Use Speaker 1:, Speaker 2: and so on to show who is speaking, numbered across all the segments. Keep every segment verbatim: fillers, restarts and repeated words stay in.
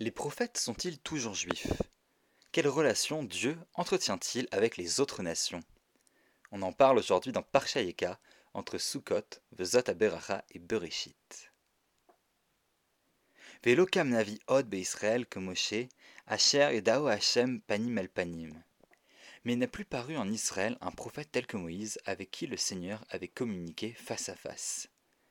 Speaker 1: Les prophètes sont-ils toujours juifs? Quelle relation Dieu entretient-il avec les autres nations? On en parle aujourd'hui dans Parshayeka, entre Sukkot, Vezot Aberacha et Bereshit. Ve'elokam navi od be'Israël que Moshe, Asher yedao Hashem panim el panim. Mais il n'a plus paru en Israël un prophète tel que Moïse, avec qui le Seigneur avait communiqué face à face.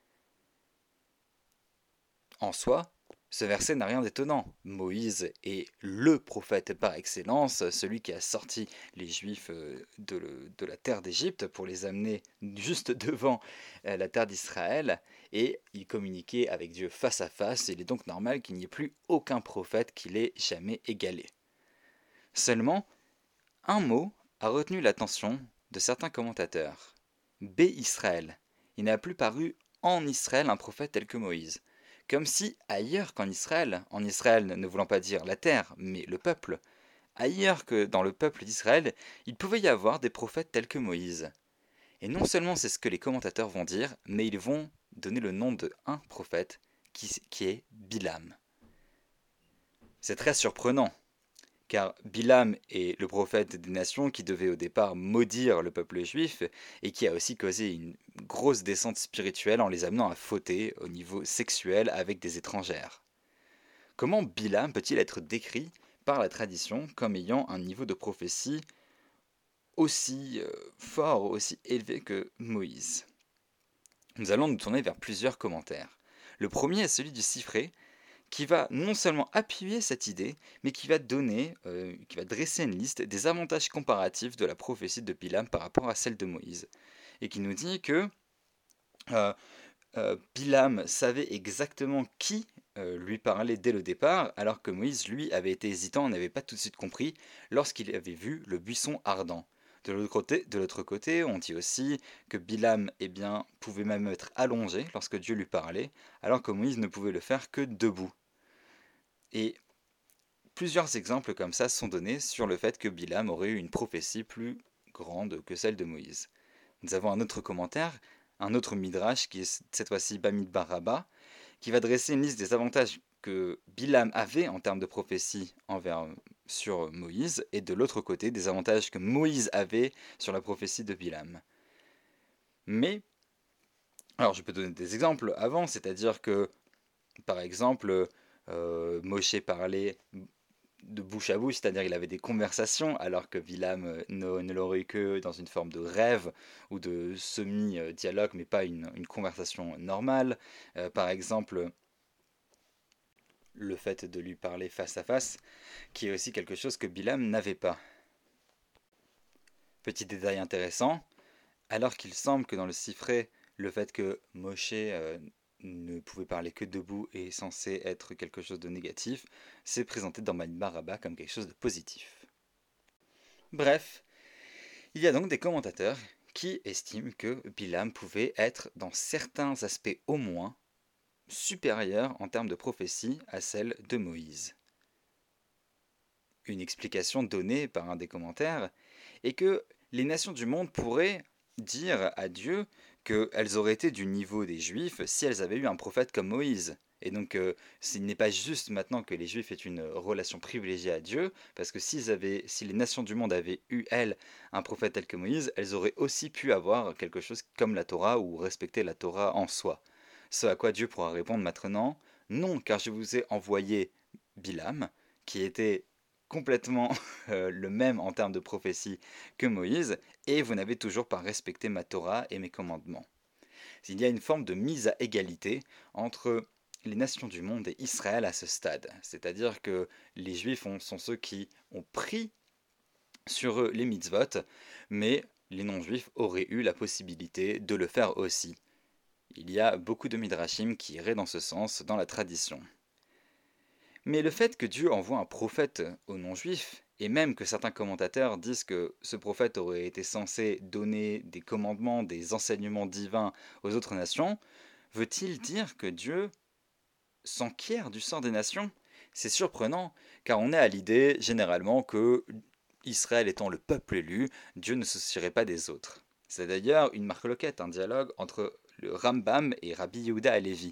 Speaker 1: En soi, ce verset n'a rien d'étonnant. Moïse est le prophète par excellence, celui qui a sorti les Juifs de, le, de la terre d'Égypte pour les amener juste devant la terre d'Israël, et il communiquait avec Dieu face à face. Il est donc normal qu'il n'y ait plus aucun prophète qui l'ait jamais égalé. Seulement, un mot a retenu l'attention de certains commentateurs. Bé-Israël. Il n'a plus paru en Israël un prophète tel que Moïse. Comme si ailleurs qu'en Israël, en Israël ne voulant pas dire la terre, mais le peuple, ailleurs que dans le peuple d'Israël, il pouvait y avoir des prophètes tels que Moïse. Et non seulement c'est ce que les commentateurs vont dire, mais ils vont donner le nom de un prophète qui, qui est Bilam. C'est très surprenant, car Bilam est le prophète des nations qui devait au départ maudire le peuple juif et qui a aussi causé une grosse descente spirituelle en les amenant à fauter au niveau sexuel avec des étrangères. Comment Bilam peut-il être décrit par la tradition comme ayant un niveau de prophétie aussi fort, aussi élevé que Moïse? Nous allons nous tourner vers plusieurs commentaires. Le premier est celui du Sifré, qui va non seulement appuyer cette idée, mais qui va donner, euh, qui va dresser une liste des avantages comparatifs de la prophétie de Bilam par rapport à celle de Moïse, et qui nous dit que euh, euh, Bilam savait exactement qui euh, lui parlait dès le départ, alors que Moïse, lui, avait été hésitant, n'avait pas tout de suite compris lorsqu'il avait vu le buisson ardent. De l'autre côté, de l'autre côté, on dit aussi que Bilam eh bien, pouvait même être allongé lorsque Dieu lui parlait, alors que Moïse ne pouvait le faire que debout. Et plusieurs exemples comme ça sont donnés sur le fait que Bilam aurait eu une prophétie plus grande que celle de Moïse. Nous avons un autre commentaire, un autre midrash qui est cette fois-ci Bamidbar Rabba, qui va dresser une liste des avantages que Bilam avait en termes de prophétie envers, sur Moïse, et de l'autre côté des avantages que Moïse avait sur la prophétie de Bilam. Mais, alors je peux donner des exemples avant, c'est-à-dire que, par exemple, Euh, Moshe parlait de bouche à bouche, c'est-à-dire il avait des conversations, alors que Bilam euh, ne, ne l'aurait eu que dans une forme de rêve ou de semi-dialogue, mais pas une, une conversation normale. Euh, par exemple, le fait de lui parler face à face, qui est aussi quelque chose que Bilam n'avait pas. Petit détail intéressant, alors qu'il semble que dans le Sifré, le fait que Moshe euh, ne pouvait parler que debout et est censé être quelque chose de négatif, c'est présenté dans Bamidbar Rabba comme quelque chose de positif. Bref, il y a donc des commentateurs qui estiment que Bilam pouvait être, dans certains aspects au moins, supérieur en termes de prophétie à celle de Moïse. Une explication donnée par un des commentaires est que les nations du monde pourraient dire à Dieu qu'elles auraient été du niveau des Juifs si elles avaient eu un prophète comme Moïse. Et donc, euh, il n'est pas juste maintenant que les Juifs aient une relation privilégiée à Dieu, parce que s'ils avaient, si les nations du monde avaient eu, elles, un prophète tel que Moïse, elles auraient aussi pu avoir quelque chose comme la Torah ou respecter la Torah en soi. Ce à quoi Dieu pourra répondre maintenant, non, car je vous ai envoyé Bilam, qui était complètement euh, le même en termes de prophétie que Moïse, et vous n'avez toujours pas respecté ma Torah et mes commandements. Il y a une forme de mise à égalité entre les nations du monde et Israël à ce stade. C'est-à-dire que les Juifs ont, sont ceux qui ont pris sur eux les mitzvot, mais les non-Juifs auraient eu la possibilité de le faire aussi. Il y a beaucoup de midrashim qui iraient dans ce sens dans la tradition. Mais le fait que Dieu envoie un prophète aux non-juifs, et même que certains commentateurs disent que ce prophète aurait été censé donner des commandements, des enseignements divins aux autres nations, veut-il dire que Dieu s'enquiert du sort des nations? C'est surprenant, car on est à l'idée généralement que Israël étant le peuple élu, Dieu ne se soucierait pas des autres. C'est d'ailleurs une marque-loquette, un dialogue entre le Rambam et Rabbi Yehuda Halevi.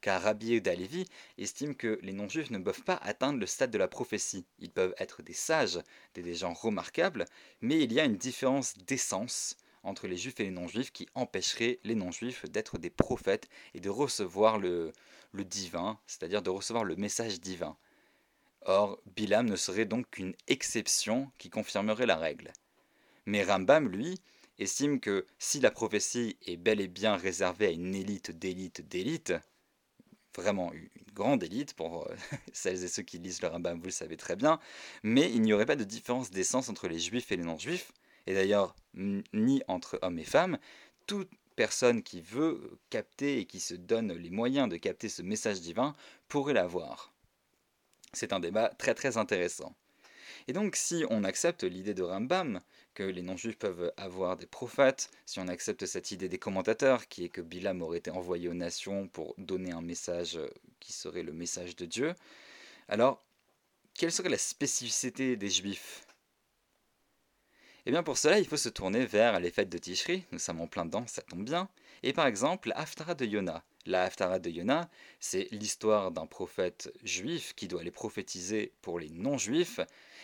Speaker 1: car Rabbi Yehuda Halevi estime que les non-juifs ne peuvent pas atteindre le stade de la prophétie. Ils peuvent être des sages, des, des gens remarquables, mais il y a une différence d'essence entre les juifs et les non-juifs qui empêcherait les non-juifs d'être des prophètes et de recevoir le, le divin, c'est-à-dire de recevoir le message divin. Or, Bilam ne serait donc qu'une exception qui confirmerait la règle. Mais Rambam, lui, estime que si la prophétie est bel et bien réservée à une élite d'élite d'élite, vraiment une grande élite pour celles et ceux qui lisent le Rambam, vous le savez très bien, mais il n'y aurait pas de différence d'essence entre les juifs et les non-juifs, et d'ailleurs ni entre hommes et femmes. Toute personne qui veut capter et qui se donne les moyens de capter ce message divin pourrait l'avoir. C'est un débat très très intéressant. Et donc si on accepte l'idée de Rambam, que les non-juifs peuvent avoir des prophètes, si on accepte cette idée des commentateurs, qui est que Bilam aurait été envoyé aux nations pour donner un message qui serait le message de Dieu, alors quelle serait la spécificité des juifs? Eh bien pour cela, il faut se tourner vers les fêtes de Tishri, nous sommes en plein dedans, ça tombe bien, et par exemple la Haftara de Yona. La Haftara de Yona, c'est l'histoire d'un prophète juif qui doit aller prophétiser pour les non-juifs,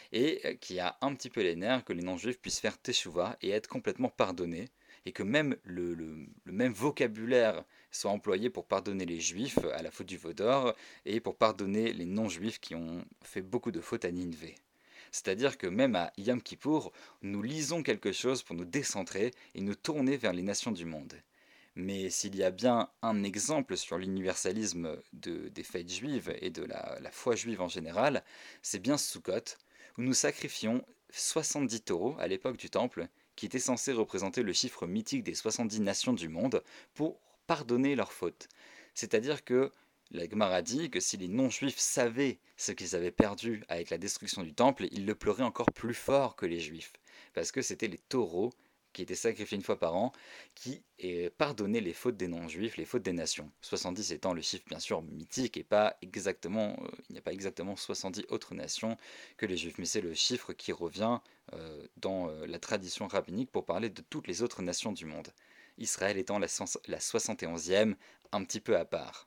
Speaker 1: et qui a un petit peu les nerfs que les non-juifs puissent faire teshuva et être complètement pardonnés, et que même le, le, le même vocabulaire soit employé pour pardonner les juifs à la faute du veau d'or, et pour pardonner les non-juifs qui ont fait beaucoup de fautes à Nineveh. C'est-à-dire que même à Yom Kippour, nous lisons quelque chose pour nous décentrer et nous tourner vers les nations du monde. Mais s'il y a bien un exemple sur l'universalisme de, des fêtes juives et de la, la foi juive en général, c'est bien Sukkot, où nous sacrifions soixante-dix taureaux à l'époque du Temple, qui était censé représenter le chiffre mythique des soixante-dix nations du monde, pour pardonner leurs fautes. C'est-à-dire que la Gemara dit que si les non-juifs savaient ce qu'ils avaient perdu avec la destruction du temple, ils le pleuraient encore plus fort que les juifs, parce que c'était les taureaux qui étaient sacrifiés une fois par an, qui pardonnaient les fautes des non-juifs, les fautes des nations. soixante-dix étant le chiffre bien sûr mythique et pas exactement, euh, il n'y a pas exactement soixante-dix autres nations que les juifs, mais c'est le chiffre qui revient euh, dans euh, la tradition rabbinique pour parler de toutes les autres nations du monde. Israël étant la, la soixante et onzième, un petit peu à part.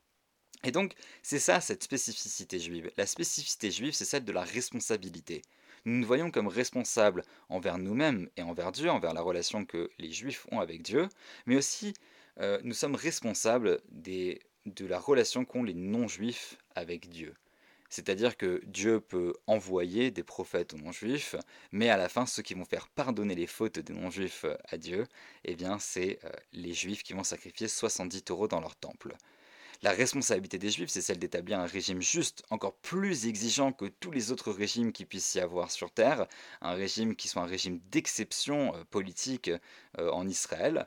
Speaker 1: Et donc, c'est ça cette spécificité juive. La spécificité juive, c'est celle de la responsabilité. Nous nous voyons comme responsables envers nous-mêmes et envers Dieu, envers la relation que les juifs ont avec Dieu, mais aussi euh, nous sommes responsables des, de la relation qu'ont les non-juifs avec Dieu. C'est-à-dire que Dieu peut envoyer des prophètes aux non-juifs, mais à la fin, ceux qui vont faire pardonner les fautes des non-juifs à Dieu, eh bien, c'est euh, les juifs qui vont sacrifier soixante-dix taureaux dans leur temple. La responsabilité des Juifs, c'est celle d'établir un régime juste, encore plus exigeant que tous les autres régimes qui puissent y avoir sur Terre, un régime qui soit un régime d'exception euh, politique euh, en Israël,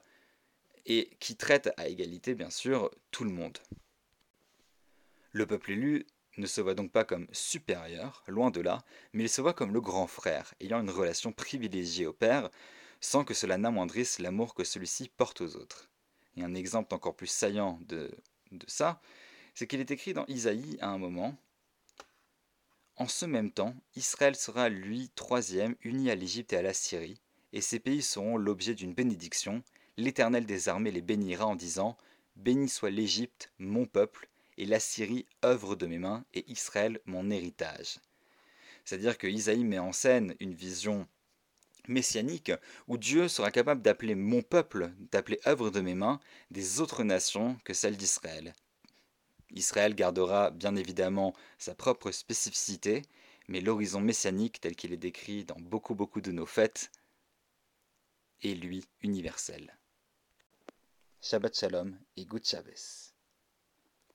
Speaker 1: et qui traite à égalité, bien sûr, tout le monde. Le peuple élu ne se voit donc pas comme supérieur, loin de là, mais il se voit comme le grand frère, ayant une relation privilégiée au Père, sans que cela n'amoindrisse l'amour que celui-ci porte aux autres. Et un exemple encore plus saillant de de ça, c'est qu'il est écrit dans Isaïe à un moment: en ce même temps, Israël sera lui troisième, uni à l'Égypte et à la Syrie, et ces pays seront l'objet d'une bénédiction. L'Éternel des armées les bénira en disant: béni soit l'Égypte, mon peuple, et la Syrie, œuvre de mes mains, et Israël, mon héritage. C'est-à-dire que Isaïe met en scène une vision messianique où Dieu sera capable d'appeler mon peuple, d'appeler œuvre de mes mains, des autres nations que celles d'Israël. Israël gardera bien évidemment sa propre spécificité, mais l'horizon messianique tel qu'il est décrit dans beaucoup beaucoup de nos fêtes est lui universel. Shabbat Shalom et Good Shabbos.